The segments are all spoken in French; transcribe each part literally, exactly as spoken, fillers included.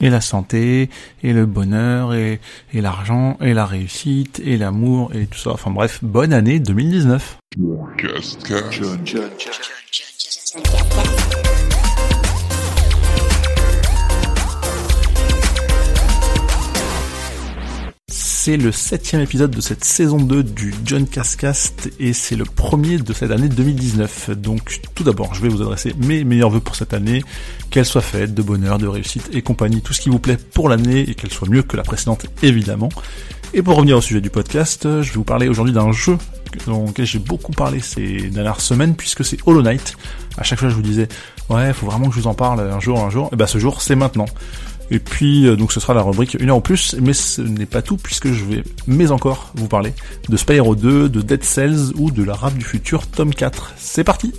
et la santé, et le bonheur, et, et l'argent, et la réussite, et l'amour, et tout ça. Enfin bref, bonne année deux mille dix-neuf. C'est le septième épisode de cette saison deux du John Cascast et c'est le premier de cette année deux mille dix-neuf. Donc tout d'abord, je vais vous adresser mes meilleurs vœux pour cette année, qu'elle soit faite de bonheur, de réussite et compagnie, tout ce qui vous plaît pour l'année et qu'elle soit mieux que la précédente évidemment. Et pour revenir au sujet du podcast, je vais vous parler aujourd'hui d'un jeu dont j'ai beaucoup parlé ces dernières semaines puisque c'est Hollow Knight. À chaque fois je vous disais, ouais, faut vraiment que je vous en parle un jour, un jour, et ben ce jour c'est maintenant. Et puis, donc ce sera la rubrique une heure en plus, mais ce n'est pas tout puisque je vais, mais encore, vous parler de Spyro deux, de Dead Cells ou de la rap du futur tome quatre. C'est parti!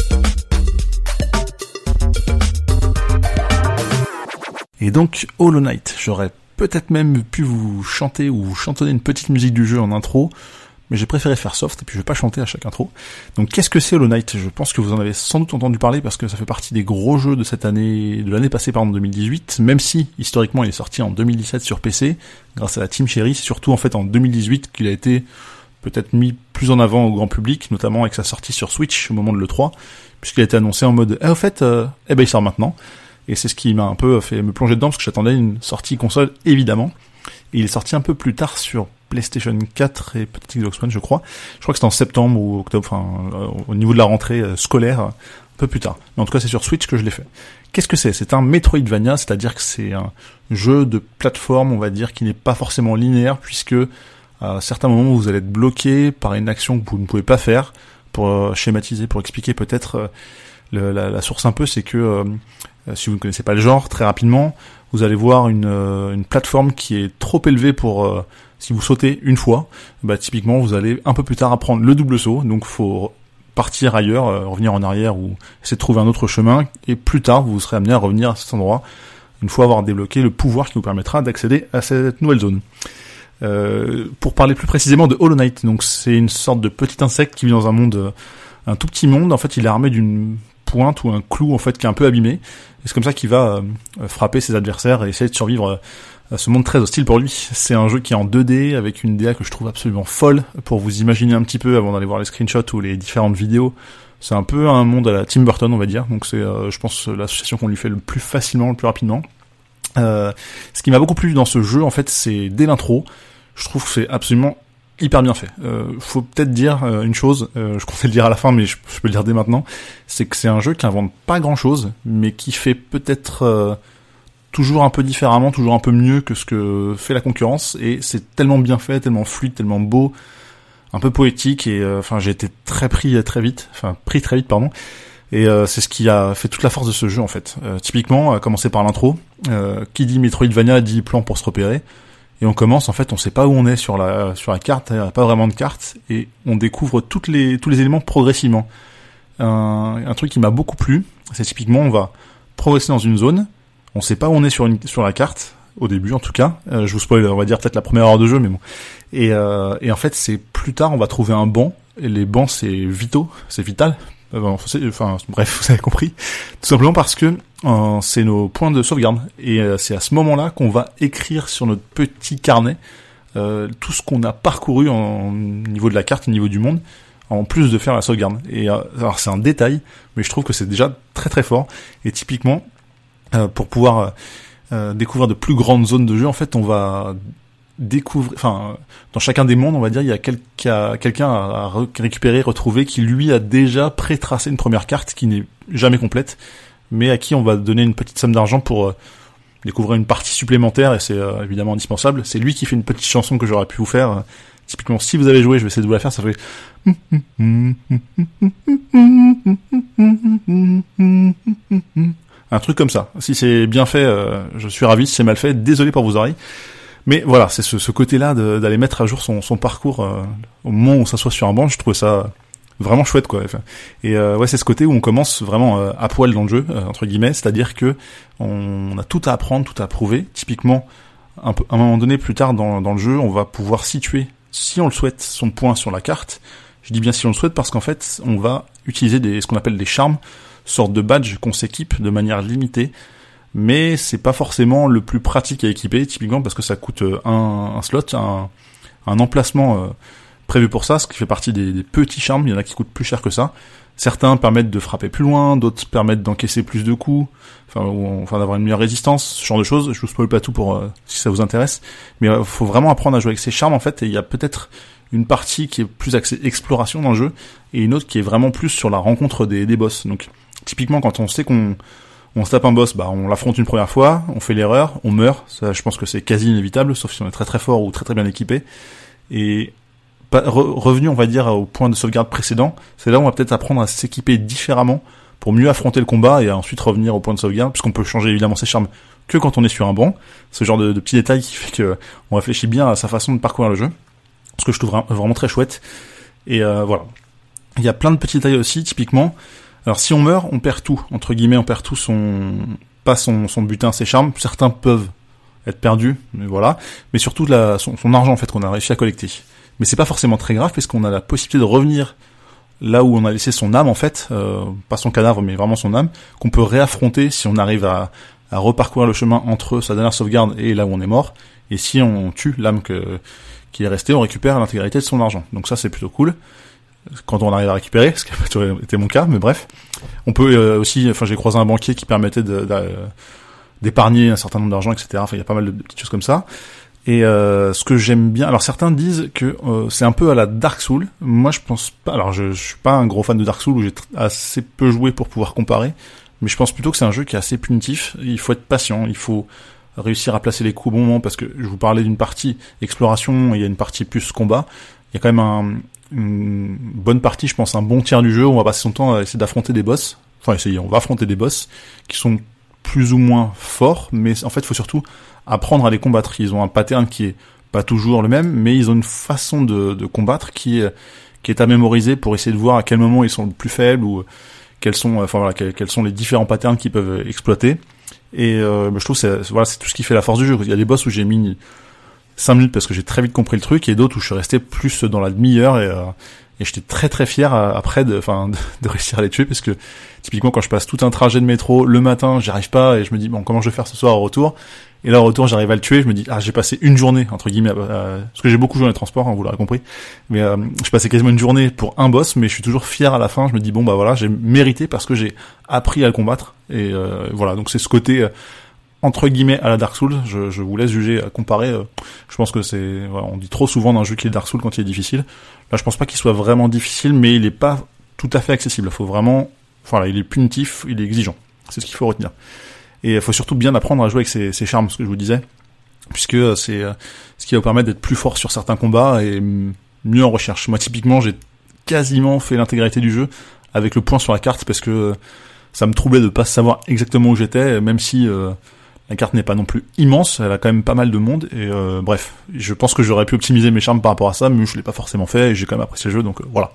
Et donc, Hollow Knight, j'aurais peut-être même pu vous chanter ou vous chantonner une petite musique du jeu en intro, mais j'ai préféré faire soft et puis je vais pas chanter à chaque intro. Donc qu'est-ce que c'est Hollow Knight ? Je pense que vous en avez sans doute entendu parler parce que ça fait partie des gros jeux de cette année, de l'année passée pardon, deux mille dix-huit, même si historiquement il est sorti en deux mille dix-sept sur P C, grâce à la Team Cherry, c'est surtout en fait en deux mille dix-huit qu'il a été peut-être mis plus en avant au grand public, notamment avec sa sortie sur Switch au moment de l'E trois, puisqu'il a été annoncé en mode, eh au fait, euh, eh ben il sort maintenant. Et c'est ce qui m'a un peu fait me plonger dedans parce que j'attendais une sortie console évidemment. Et il est sorti un peu plus tard sur PlayStation quatre et peut-être Xbox One, je crois. Je crois que c'était en septembre ou octobre, enfin, euh, au niveau de la rentrée euh, scolaire, un peu plus tard. Mais en tout cas, c'est sur Switch que je l'ai fait. Qu'est-ce que c'est ? C'est un Metroidvania, c'est-à-dire que c'est un jeu de plateforme, on va dire, qui n'est pas forcément linéaire, puisque à certains moments, vous allez être bloqué par une action que vous ne pouvez pas faire. Pour euh, schématiser, pour expliquer peut-être euh, le, la, la source un peu, c'est que, euh, si vous ne connaissez pas le genre, très rapidement, vous allez voir une, euh, une plateforme qui est trop élevée pour... Euh, si vous sautez une fois, bah typiquement vous allez un peu plus tard apprendre le double saut, donc faut partir ailleurs, euh, revenir en arrière ou essayer de trouver un autre chemin, et plus tard vous serez amené à revenir à cet endroit, une fois avoir débloqué le pouvoir qui vous permettra d'accéder à cette nouvelle zone. Euh, pour parler plus précisément de Hollow Knight, donc c'est une sorte de petit insecte qui vit dans un monde, euh, un tout petit monde, en fait il est armé d'une pointe ou un clou en fait qui est un peu abîmé, et c'est comme ça qu'il va euh, frapper ses adversaires et essayer de survivre euh, ce monde très hostile pour lui. C'est un jeu qui est en deux D avec une D A que je trouve absolument folle. Pour vous imaginer un petit peu avant d'aller voir les screenshots ou les différentes vidéos, c'est un peu un monde à la Tim Burton on va dire. Donc c'est, euh, je pense, l'association qu'on lui fait le plus facilement, le plus rapidement. Euh, ce qui m'a beaucoup plu dans ce jeu en fait, c'est dès l'intro. Je trouve que c'est absolument hyper bien fait. Euh, faut peut-être dire euh, une chose, euh, je comptais le dire à la fin, mais je, je peux le dire dès maintenant, c'est que c'est un jeu qui invente pas grand-chose, mais qui fait peut-être euh, toujours un peu différemment, toujours un peu mieux que ce que fait la concurrence, et c'est tellement bien fait, tellement fluide, tellement beau, un peu poétique, et enfin euh, j'ai été très pris très vite, enfin pris très vite pardon, et euh, c'est ce qui a fait toute la force de ce jeu en fait. Euh, typiquement, à commencer par l'intro, euh, qui dit Metroidvania dit plan pour se repérer, et on commence en fait, on sait pas où on est sur la sur la carte, il n'y a pas vraiment de carte, et on découvre toutes les tous les éléments progressivement. Un, un truc qui m'a beaucoup plu, c'est typiquement on va progresser dans une zone. On sait pas où on est sur une, sur la carte, au début en tout cas. Euh, je vous spoil, on va dire peut-être la première heure de jeu, mais bon. Et, euh, et en fait, c'est plus tard, on va trouver un banc. Et les bancs, c'est vitaux, c'est vital. Euh, c'est, enfin, bref, vous avez compris. Tout simplement parce que euh, c'est nos points de sauvegarde. Et euh, c'est à ce moment-là qu'on va écrire sur notre petit carnet euh, tout ce qu'on a parcouru en, au niveau de la carte, au niveau du monde, en plus de faire la sauvegarde. Et euh, alors c'est un détail, mais je trouve que c'est déjà très très fort. Et typiquement, Euh, pour pouvoir euh, découvrir de plus grandes zones de jeu, en fait, on va découvrir, enfin, dans chacun des mondes, on va dire, il y a quelqu'un, quelqu'un à récupérer, retrouver, qui lui a déjà pré-tracé une première carte qui n'est jamais complète, mais à qui on va donner une petite somme d'argent pour euh, découvrir une partie supplémentaire, et c'est euh, évidemment indispensable. C'est lui qui fait une petite chanson que j'aurais pu vous faire. Euh, typiquement, si vous avez joué, je vais essayer de vous la faire, ça fait... Un truc comme ça. Si c'est bien fait, euh, je suis ravi. Si c'est mal fait, désolé pour vos oreilles. Mais voilà, c'est ce, ce côté-là de, d'aller mettre à jour son, son parcours euh, au moment où on s'assoit sur un banc. Je trouvais ça vraiment chouette, quoi. Et euh, ouais, c'est ce côté où on commence vraiment euh, à poil dans le jeu, euh, entre guillemets, c'est-à-dire que on, on a tout à apprendre, tout à prouver. Typiquement, un peu, à un moment donné, plus tard dans, dans le jeu, on va pouvoir situer, si on le souhaite, son point sur la carte. Je dis bien si on le souhaite parce qu'en fait, on va utiliser des, ce qu'on appelle des charmes, sorte de badge qu'on s'équipe de manière limitée mais c'est pas forcément le plus pratique à équiper, typiquement parce que ça coûte un, un slot, un, un emplacement euh, prévu pour ça, ce qui fait partie des, des petits charmes. Il y en a qui coûtent plus cher que ça. Certains permettent de frapper plus loin, d'autres permettent d'encaisser plus de coups, enfin, ou, enfin d'avoir une meilleure résistance, ce genre de choses. Je vous spoil pas tout pour euh, si ça vous intéresse, mais il euh, faut vraiment apprendre à jouer avec ces charmes en fait. Et il y a peut-être une partie qui est plus axée exploration dans le jeu, et une autre qui est vraiment plus sur la rencontre des, des boss. Donc typiquement quand on sait qu'on on se tape un boss, bah on l'affronte une première fois, on fait l'erreur, on meurt. Ça, je pense que c'est quasi inévitable, sauf si on est très très fort ou très très bien équipé. Et pas, re, revenu, on va dire, au point de sauvegarde précédent, c'est là où on va peut-être apprendre à s'équiper différemment pour mieux affronter le combat et ensuite revenir au point de sauvegarde, puisqu'on peut changer évidemment ses charmes que quand on est sur un banc. Ce genre de, de petit détail qui fait que on réfléchit bien à sa façon de parcourir le jeu, ce que je trouve vraiment très chouette. Et euh, voilà. Il y a plein de petits détails aussi, typiquement. Alors si on meurt, on perd tout, entre guillemets, on perd tout son, pas son, son butin, ses charmes. Certains peuvent être perdus, mais voilà. Mais surtout la, son, son argent en fait qu'on a réussi à collecter. Mais c'est pas forcément très grave puisqu'on a la possibilité de revenir là où on a laissé son âme en fait, euh, pas son cadavre mais vraiment son âme, qu'on peut réaffronter si on arrive à, à reparcourir le chemin entre sa dernière sauvegarde et là où on est mort. Et si on tue l'âme que, qui est restée, on récupère l'intégralité de son argent. Donc ça c'est plutôt cool. Quand on arrive à récupérer, ce qui a pas toujours été mon cas, mais bref. On peut euh, aussi, enfin j'ai croisé un banquier qui permettait de, de, d'épargner un certain nombre d'argent, et cetera. Enfin il y a pas mal de petites choses comme ça. Et euh, ce que j'aime bien, alors certains disent que euh, c'est un peu à la Dark Souls. Moi je pense pas, alors je, je suis pas un gros fan de Dark Souls où j'ai t- assez peu joué pour pouvoir comparer, mais je pense plutôt que c'est un jeu qui est assez punitif. Il faut être patient, il faut réussir à placer les coups au bon moment, parce que je vous parlais d'une partie exploration, et il y a une partie plus combat. Il y a quand même un une bonne partie, je pense, un bon tiers du jeu, on va passer son temps à essayer d'affronter des boss. Enfin, essayer, on va affronter des boss qui sont plus ou moins forts, mais en fait, il faut surtout apprendre à les combattre. Ils ont un pattern qui est pas toujours le même, mais ils ont une façon de, de combattre qui est, qui est à mémoriser pour essayer de voir à quel moment ils sont le plus faibles ou quels sont, enfin voilà, quels, quels sont les différents patterns qu'ils peuvent exploiter. Et euh, je trouve que c'est, voilà, c'est tout ce qui fait la force du jeu. Il y a des boss où j'ai mis cinq minutes parce que j'ai très vite compris le truc, et d'autres où je suis resté plus dans la demi-heure, et, euh, et j'étais très très fier euh, après de, enfin, de, de réussir à les tuer, parce que typiquement quand je passe tout un trajet de métro le matin, j'y arrive pas et je me dis bon, comment je vais faire ce soir au retour, et là au retour j'arrive à le tuer, je me dis ah, j'ai passé une journée entre guillemets, euh, parce que j'ai beaucoup joué dans les transports, hein, vous l'aurez compris, mais euh, je passais quasiment une journée pour un boss, mais je suis toujours fier à la fin. Je me dis bon bah voilà, j'ai mérité parce que j'ai appris à le combattre, et euh, voilà, donc c'est ce côté euh, entre guillemets à la Dark Souls. Je, je vous laisse juger, comparer. Euh, je pense que c'est, voilà, on dit trop souvent d'un jeu qui est Dark Souls quand il est difficile. Là, je pense pas qu'il soit vraiment difficile, mais il est pas tout à fait accessible. Il faut vraiment, voilà, il est punitif, il est exigeant. C'est ce qu'il faut retenir. Et il faut surtout bien apprendre à jouer avec ses, ses charmes, ce que je vous disais, puisque c'est ce qui va vous permettre d'être plus fort sur certains combats et mieux en recherche. Moi, typiquement, j'ai quasiment fait l'intégralité du jeu avec le point sur la carte, parce que ça me troublait de pas savoir exactement où j'étais, même si euh, la carte n'est pas non plus immense, elle a quand même pas mal de monde, et euh, bref, je pense que j'aurais pu optimiser mes charmes par rapport à ça, mais je l'ai pas forcément fait, et j'ai quand même apprécié le jeu, donc euh, voilà.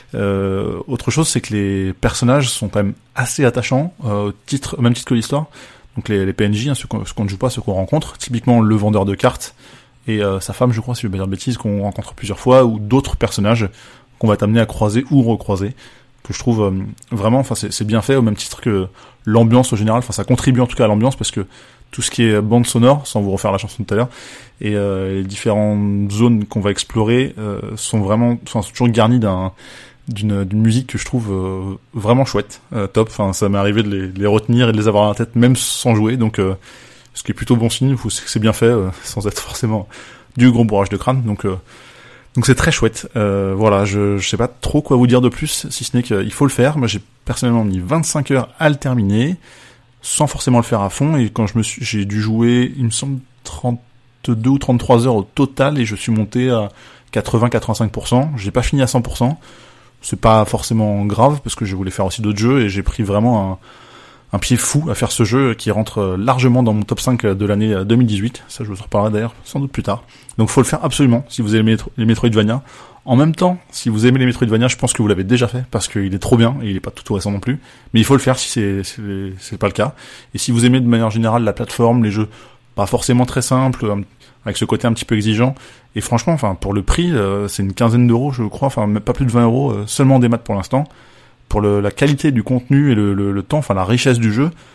Euh, autre chose, c'est que les personnages sont quand même assez attachants, euh, au titre, au même titre que l'histoire. Donc les, les P N J, hein, ceux, qu'on, ceux qu'on ne joue pas, ceux qu'on rencontre, typiquement le vendeur de cartes, et euh, sa femme, je crois, si je veux pas dire de bêtises, qu'on rencontre plusieurs fois, ou d'autres personnages qu'on va t'amener à croiser ou recroiser, que je trouve euh, vraiment, enfin c'est, c'est bien fait, au même titre que l'ambiance au général, enfin ça contribue en tout cas à l'ambiance, parce que tout ce qui est bande sonore, sans vous refaire la chanson de tout à l'heure, et euh, les différentes zones qu'on va explorer euh, sont vraiment, enfin sont toujours garnies d'un d'une, d'une musique que je trouve euh, vraiment chouette, euh, top. Enfin, ça m'est arrivé de les, de les retenir et de les avoir à la tête même sans jouer, donc euh, ce qui est plutôt bon signe, c'est que c'est bien fait, euh, sans être forcément du gros bourrage de crâne. Donc euh, donc c'est très chouette. Euh, voilà, je je sais pas trop quoi vous dire de plus, si ce n'est qu'il faut le faire. Moi, j'ai personnellement mis vingt-cinq heures à le terminer, sans forcément le faire à fond, et quand je me suis, j'ai dû jouer, il me semble, trente-deux ou trente-trois heures au total, et je suis monté à quatre-vingts à quatre-vingt-cinq pour cent. J'ai pas fini à cent pour cent. C'est pas forcément grave, parce que je voulais faire aussi d'autres jeux, et j'ai pris vraiment un, un pied fou à faire ce jeu, qui rentre largement dans mon top cinq de l'année deux mille dix-huit. Ça, je vous en reparlerai d'ailleurs sans doute plus tard. Donc faut le faire absolument, si vous aimez les Metroidvania. En même temps, si vous aimez les Metroidvania, je pense que vous l'avez déjà fait, parce qu'il est trop bien, et il est pas tout, tout récent non plus. Mais il faut le faire si c'est, c'est, c'est pas le cas. Et si vous aimez de manière générale la plateforme, les jeux pas forcément très simples, avec ce côté un petit peu exigeant, et franchement, enfin, pour le prix, euh, c'est une quinzaine d'euros, je crois, enfin, même pas plus de vingt euros, euh, seulement des maths pour l'instant. Pour le, la qualité du contenu et le, le, le temps, enfin, la richesse du jeu,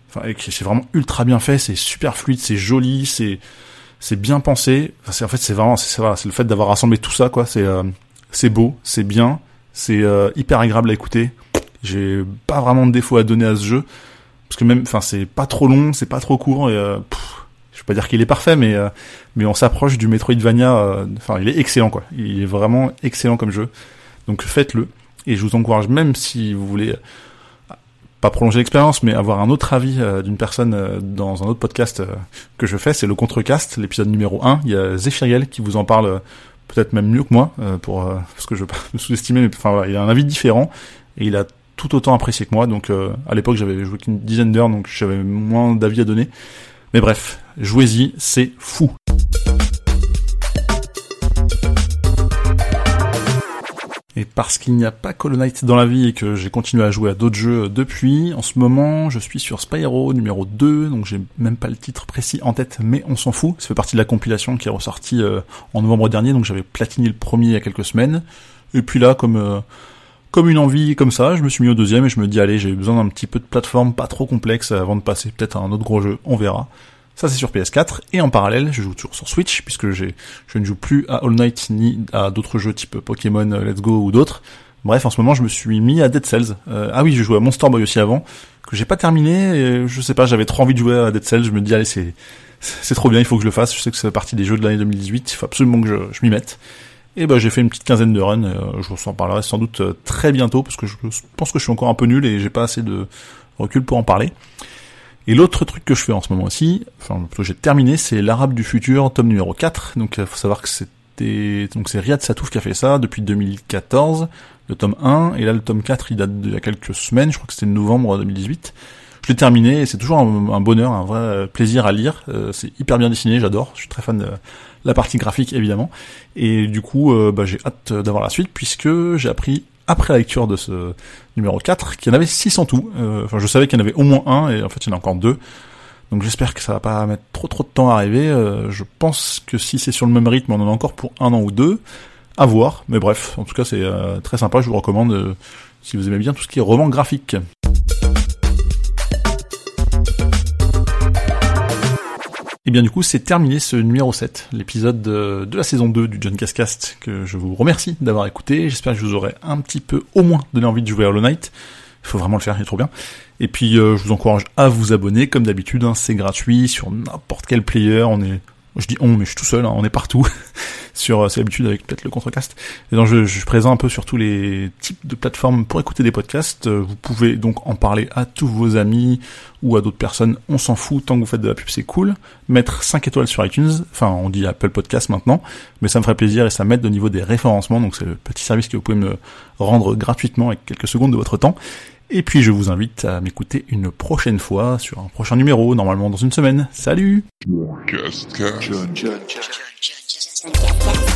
enfin, et c'est vraiment ultra bien fait, c'est super fluide, c'est joli, c'est c'est bien pensé. Enfin, c'est en fait c'est vraiment c'est c'est, voilà, c'est le fait d'avoir rassemblé tout ça quoi. C'est euh, c'est beau, c'est bien, c'est euh, hyper agréable à écouter. J'ai pas vraiment de défaut à donner à ce jeu parce que même, enfin c'est pas trop long, c'est pas trop court et euh, pff, je vais pas dire qu'il est parfait, mais euh, mais on s'approche du Metroidvania. Enfin, euh, il est excellent quoi. Il est vraiment excellent comme jeu. Donc faites-le et je vous encourage même si vous voulez pas prolonger l'expérience, mais avoir un autre avis euh, d'une personne euh, dans un autre podcast euh, que je fais, c'est le Contrecast, l'épisode numéro un. Il y a Zéphiriel qui vous en parle euh, peut-être même mieux que moi, euh, pour euh, parce que je veux pas me sous-estimer, mais enfin voilà, il a un avis différent et il a tout autant apprécié que moi. Donc euh, à l'époque j'avais joué qu'une dizaine d'heures, donc j'avais moins d'avis à donner. Mais bref, jouez-y, c'est fou. Et parce qu'il n'y a pas Hollow Knight dans la vie et que j'ai continué à jouer à d'autres jeux depuis, en ce moment, je suis sur Spyro numéro deux, donc j'ai même pas le titre précis en tête, mais on s'en fout. Ça fait partie de la compilation qui est ressortie euh, en novembre dernier, donc j'avais platiné le premier il y a quelques semaines. Et puis là, comme euh, comme une envie comme ça, je me suis mis au deuxième et je me dis, allez, j'ai besoin d'un petit peu de plateforme pas trop complexe avant de passer peut-être à un autre gros jeu, on verra. Ça c'est sur P S quatre, et en parallèle, je joue toujours sur Switch, puisque j'ai, je ne joue plus à Hollow Knight ni à d'autres jeux type Pokémon Let's Go ou d'autres. Bref, en ce moment, je me suis mis à Dead Cells. Euh, ah oui, je jouais à Monster Boy aussi avant, que j'ai pas terminé, et je sais pas, j'avais trop envie de jouer à Dead Cells, je me dis, allez, c'est, c'est trop bien, il faut que je le fasse, je sais que c'est partie des jeux de l'année deux mille dix-huit, il faut absolument que je, je m'y mette. Et bah j'ai fait une petite quinzaine de runs, euh, je vous en parlerai sans doute euh, très bientôt, parce que je pense que je suis encore un peu nul et j'ai pas assez de recul pour en parler. Et l'autre truc que je fais en ce moment aussi, enfin plutôt j'ai terminé, c'est l'Arabe du futur, tome numéro quatre. Donc il faut savoir que c'était donc c'est Riyad Satouf qui a fait ça depuis deux mille quatorze, le tome un, et là le tome quatre il date d'il y a quelques semaines, je crois que c'était novembre deux mille dix-huit. Je l'ai terminé et c'est toujours un, un bonheur, un vrai plaisir à lire. Euh, c'est hyper bien dessiné, j'adore, je suis très fan de la partie graphique évidemment. Et du coup euh, bah, j'ai hâte d'avoir la suite puisque j'ai appris après la lecture de ce numéro quatre, qu'il y en avait six en tout. Euh, enfin, je savais qu'il y en avait au moins un, et en fait, il y en a encore deux. Donc j'espère que ça va pas mettre trop trop de temps à arriver. Euh, je pense que si c'est sur le même rythme, on en a encore pour un an ou deux. À voir. Mais bref, en tout cas, c'est euh, très sympa. Je vous recommande, euh, si vous aimez bien tout ce qui est roman graphique. Et bien du coup, c'est terminé ce numéro sept, l'épisode de, de la saison deux du John Cascast, que je vous remercie d'avoir écouté. J'espère que je vous aurai un petit peu, au moins, donné envie de jouer à Hollow Knight. Il faut vraiment le faire, il est trop bien. Et puis, euh, je vous encourage à vous abonner, comme d'habitude, hein, c'est gratuit, sur n'importe quel player, on est... Je dis on, mais je suis tout seul, hein, on est partout. sur, c'est l'habitude avec peut-être le Contrecast. Et donc, je, je suis présent un peu sur tous les types de plateformes pour écouter des podcasts. Vous pouvez donc en parler à tous vos amis ou à d'autres personnes. On s'en fout, tant que vous faites de la pub, c'est cool. Mettre cinq étoiles sur iTunes. Enfin, on dit Apple Podcast maintenant. Mais ça me ferait plaisir et ça m'aide au niveau des référencements. Donc, c'est le petit service que vous pouvez me rendre gratuitement avec quelques secondes de votre temps. Et puis je vous invite à m'écouter une prochaine fois sur un prochain numéro, normalement dans une semaine. Salut!